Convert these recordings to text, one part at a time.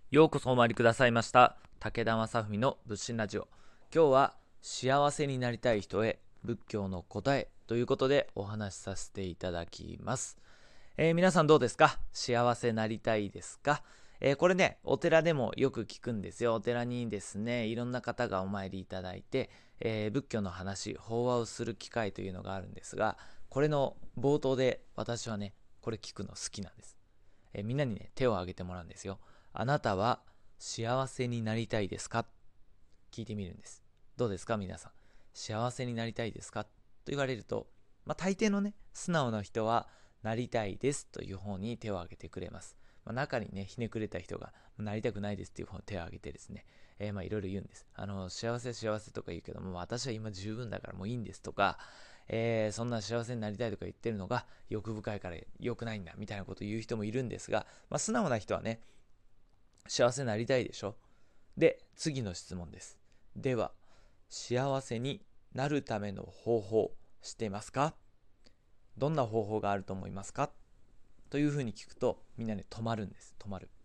ようこそお参りくださいました武田正文の仏心ラジオ。今日は幸せになりたい人へ仏教の答えということでお話しさせていただきます。皆さんどうですか？幸せなりたいですか？これね、お寺でもよく聞くんですよ。お寺にですね、いろんな方がお参りいただいて、仏教の話、法話をする機会というのがあるんですが、これの冒頭で私はね、これ聞くの好きなんです。みんなにね、手を挙げてもらうんですよ。あなたは幸せになりたいですか？聞いてみるんです。どうですか皆さん。幸せになりたいですかと言われると、大抵のね、素直な人は、なりたいですという方に手を挙げてくれます。中にね、ひねくれた人が、なりたくないですっていう方に手を挙げてですね、いろいろ言うんです。幸せ幸せとか言うけども、私は今十分だからもういいんですとか、そんな幸せになりたいとか言ってるのが欲深いから良くないんだみたいなことを言う人もいるんですが、素直な人はね、幸せになりたいでしょ。で、次の質問です。では、幸せになるための方法知っていますか？どんな方法があると思いますか？というふうに聞くと、みんなね、止まるんです。止まる。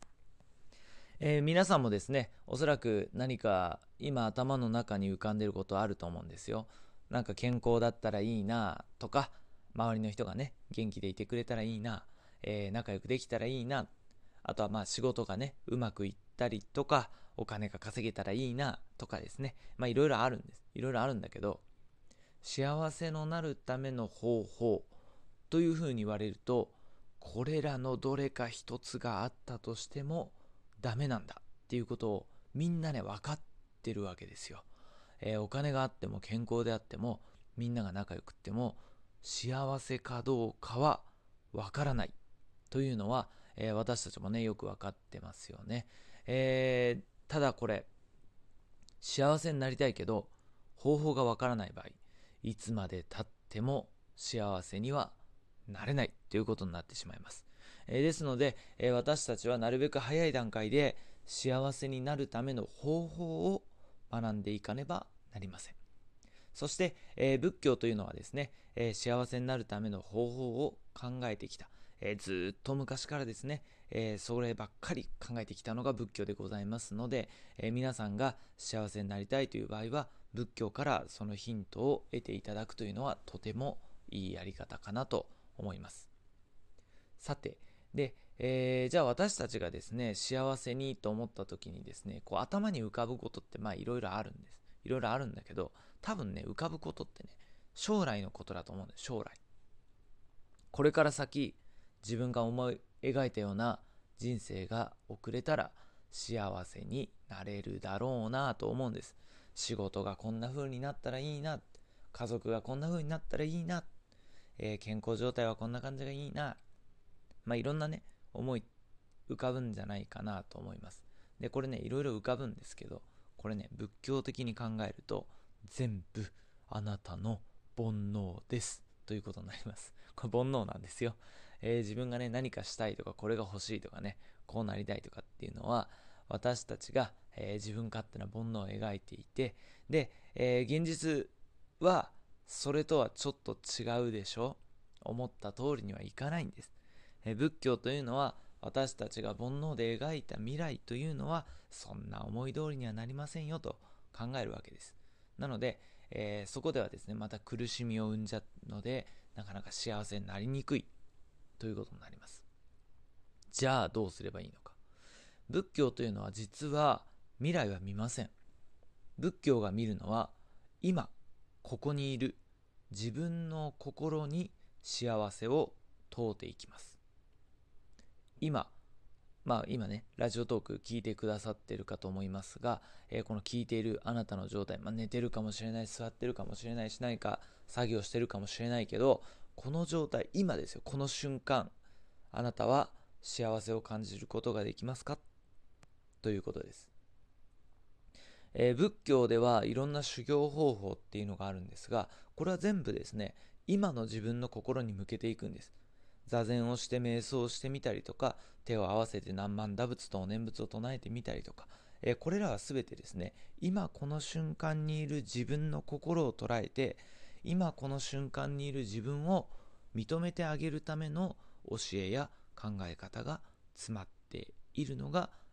皆さんもですね、おそらく何か今頭の中に浮かんでいることあると思うんですよ。なんか健康だったらいいなとか、周りの人がね、元気でいてくれたらいいな、仲良くできたらいいな、あとは仕事がね、うまくいったりとか、お金が稼げたらいいなとかですね、いろいろあるんです。いろいろあるんだけど、幸せのなるための方法というふうに言われると、これらのどれか一つがあったとしてもダメなんだっていうことをみんなね分かってるわけですよ。お金があっても健康であってもみんなが仲良くっても幸せかどうかは分からないというのは、私たちもねよく分かってますよね。ただこれ幸せになりたいけど方法が分からない場合、いつまでたっても幸せにはなれないということになってしまいます。ですので、私たちはなるべく早い段階で幸せになるための方法を学んでいかねばなりません。そして、仏教というのはですね、幸せになるための方法を考えてきた、ずっと昔からですね、そればっかり考えてきたのが仏教でございますので、皆さんが幸せになりたいという場合は仏教からそのヒントを得ていただくというのはとてもいいやり方かなと思います。さて、で、じゃあ私たちがですね、幸せにと思った時にですね、こう頭に浮かぶことっていろいろあるんです。いろいろあるんだけど、多分ね、浮かぶことってね、将来のことだと思うんです。将来。これから先、自分が思い描いたような人生が送れたら幸せになれるだろうなと思うんです。仕事がこんな風になったらいいな、家族がこんな風になったらいいな、健康状態はこんな感じがいいな、いろんなね、思い浮かぶんじゃないかなと思います。で、これね、いろいろ浮かぶんですけど、これね、仏教的に考えると、全部あなたの煩悩ですということになります。これ煩悩なんですよ。自分がね、何かしたいとか、これが欲しいとかね、こうなりたいとかっていうのは、私たちが、自分勝手な煩悩を描いていて、で、現実はそれとはちょっと違うでしょ。思った通りにはいかないんです。仏教というのは私たちが煩悩で描いた未来というのはそんな思い通りにはなりませんよと考えるわけです。なので、そこではですねまた苦しみを生んじゃうのでなかなか幸せになりにくいということになります。じゃあどうすればいいのか。仏教というのは実は未来は見ません。仏教が見るのは今ここにいる自分の心に幸せを問うていきます。今今ね、ラジオトーク聞いてくださっているかと思いますが、この聞いているあなたの状態、寝てるかもしれない、座ってるかもしれないし、何か作業してるかもしれないけど、この状態、今ですよ、この瞬間、あなたは幸せを感じることができますかということです。仏教ではいろんな修行方法っていうのがあるんですが、これは全部ですね、今の自分の心に向けていくんです。座禅をして瞑想をしてみたりとか、手を合わせて何万打仏とお念仏を唱えてみたりとか、これらはすべてですね、今この瞬間にいる自分の心を捉えて、今この瞬間にいる自分を認めてあげるための教えや考え方が詰まっているのが、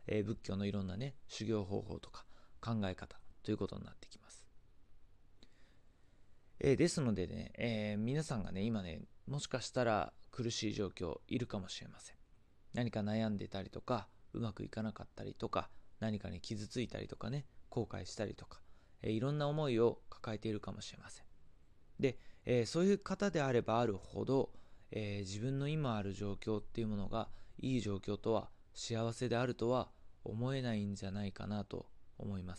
仏教のいろんなね、修行方法とか考え方ということになってきます。ですのでね、皆さんがね、今ね、もしかしたら苦しい状況いるかもしれません。何か悩んでたりとか、うまくいかなかったりとか、何かに傷ついたりとかね、後悔したりとか、いろんな思いを抱えているかもしれません。で、そういう方であればあるほど、自分の今ある状況っていうものがいい状況とは幸せであるとは思えないんじゃないかなと思います。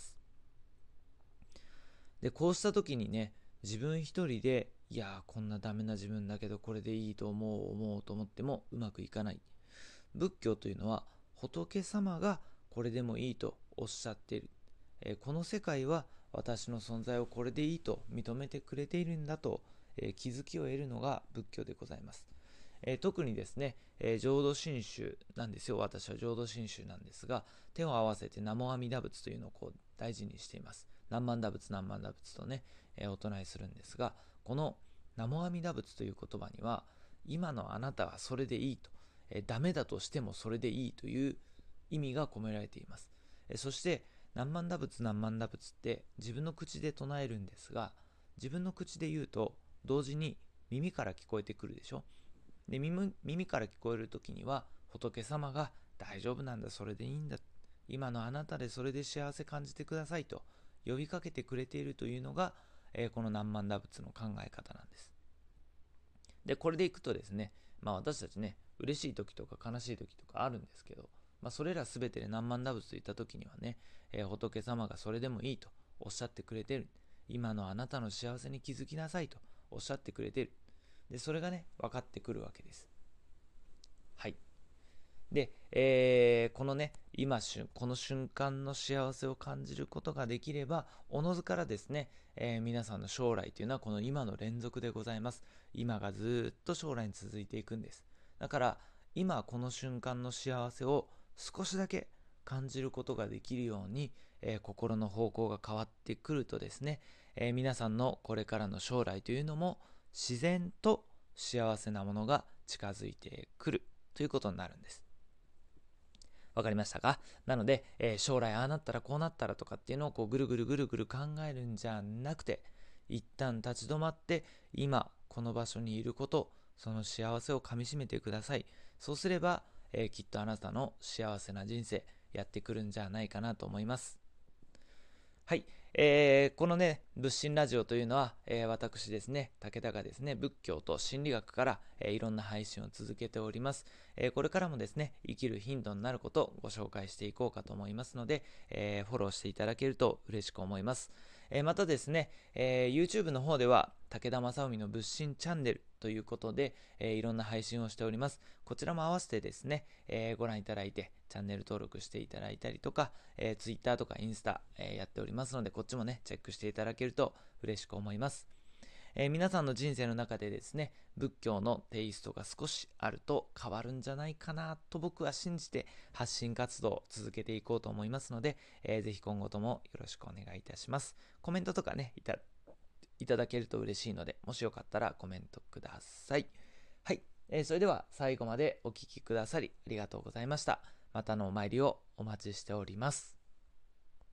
で、こうした時にね、自分一人で、いやーこんなダメな自分だけどこれでいいと思うと思ってもうまくいかない。仏教というのは仏様がこれでもいいとおっしゃっている。この世界は私の存在をこれでいいと認めてくれているんだと、気づきを得るのが仏教でございます。特にですね、浄土真宗なんですよ。私は浄土真宗なんですが、手を合わせて南無阿弥陀仏というのを大事にしています。何万打仏何万打仏とね、お唱えするんですが、この南無阿弥陀仏という言葉には、今のあなたはそれでいいと、ダメだとしてもそれでいいという意味が込められています。そして何万打仏何万打仏って自分の口で唱えるんですが、自分の口で言うと同時に耳から聞こえてくるでしょ。で、耳から聞こえるときには仏様が大丈夫なんだ、それでいいんだ、今のあなたでそれで幸せ感じてくださいと呼びかけてくれているというのが、この何万打仏の考え方なんです。で、これでいくとですね、私たちね、嬉しい時とか悲しい時とかあるんですけど、それらすべてで何万打仏といった時にはね、仏様がそれでもいいとおっしゃってくれている。今のあなたの幸せに気づきなさいとおっしゃってくれている。で、それがね、分かってくるわけです。はい。で、このね、この瞬間の幸せを感じることができれば、おのずからですね、皆さんの将来というのはこの今の連続でございます。今がずっと将来に続いていくんです。だから、今この瞬間の幸せを少しだけ感じることができるように、心の方向が変わってくるとですね、皆さんのこれからの将来というのも自然と幸せなものが近づいてくるということになるんです。わかりましたか？なので、将来ああなったらこうなったらとかっていうのをぐるぐるぐるぐる考えるんじゃなくて、一旦立ち止まって今この場所にいること、その幸せをかみしめてください。そうすれば、きっとあなたの幸せな人生やってくるんじゃないかなと思います。はい、このね、仏心ラジオというのは、私ですね、武田がですね、仏教と心理学から、いろんな配信を続けております。これからもですね、生きる頻度になることをご紹介していこうかと思いますので、フォローしていただけると嬉しく思います。またですね、YouTube の方では武田正臣の仏心チャンネルということで、いろんな配信をしております。こちらも合わせてですね、ご覧いただいてチャンネル登録していただいたりとか、Twitter とかインスタ、やっておりますので、こっちもねチェックしていただけると嬉しく思います。皆さんの人生の中でですね、仏教のテイストが少しあると変わるんじゃないかなと僕は信じて発信活動を続けていこうと思いますので、ぜひ今後ともよろしくお願いいたします。コメントとかね、いただけると嬉しいので、もしよかったらコメントください。はい、それでは最後までお聞きくださりありがとうございました。またのお参りをお待ちしております。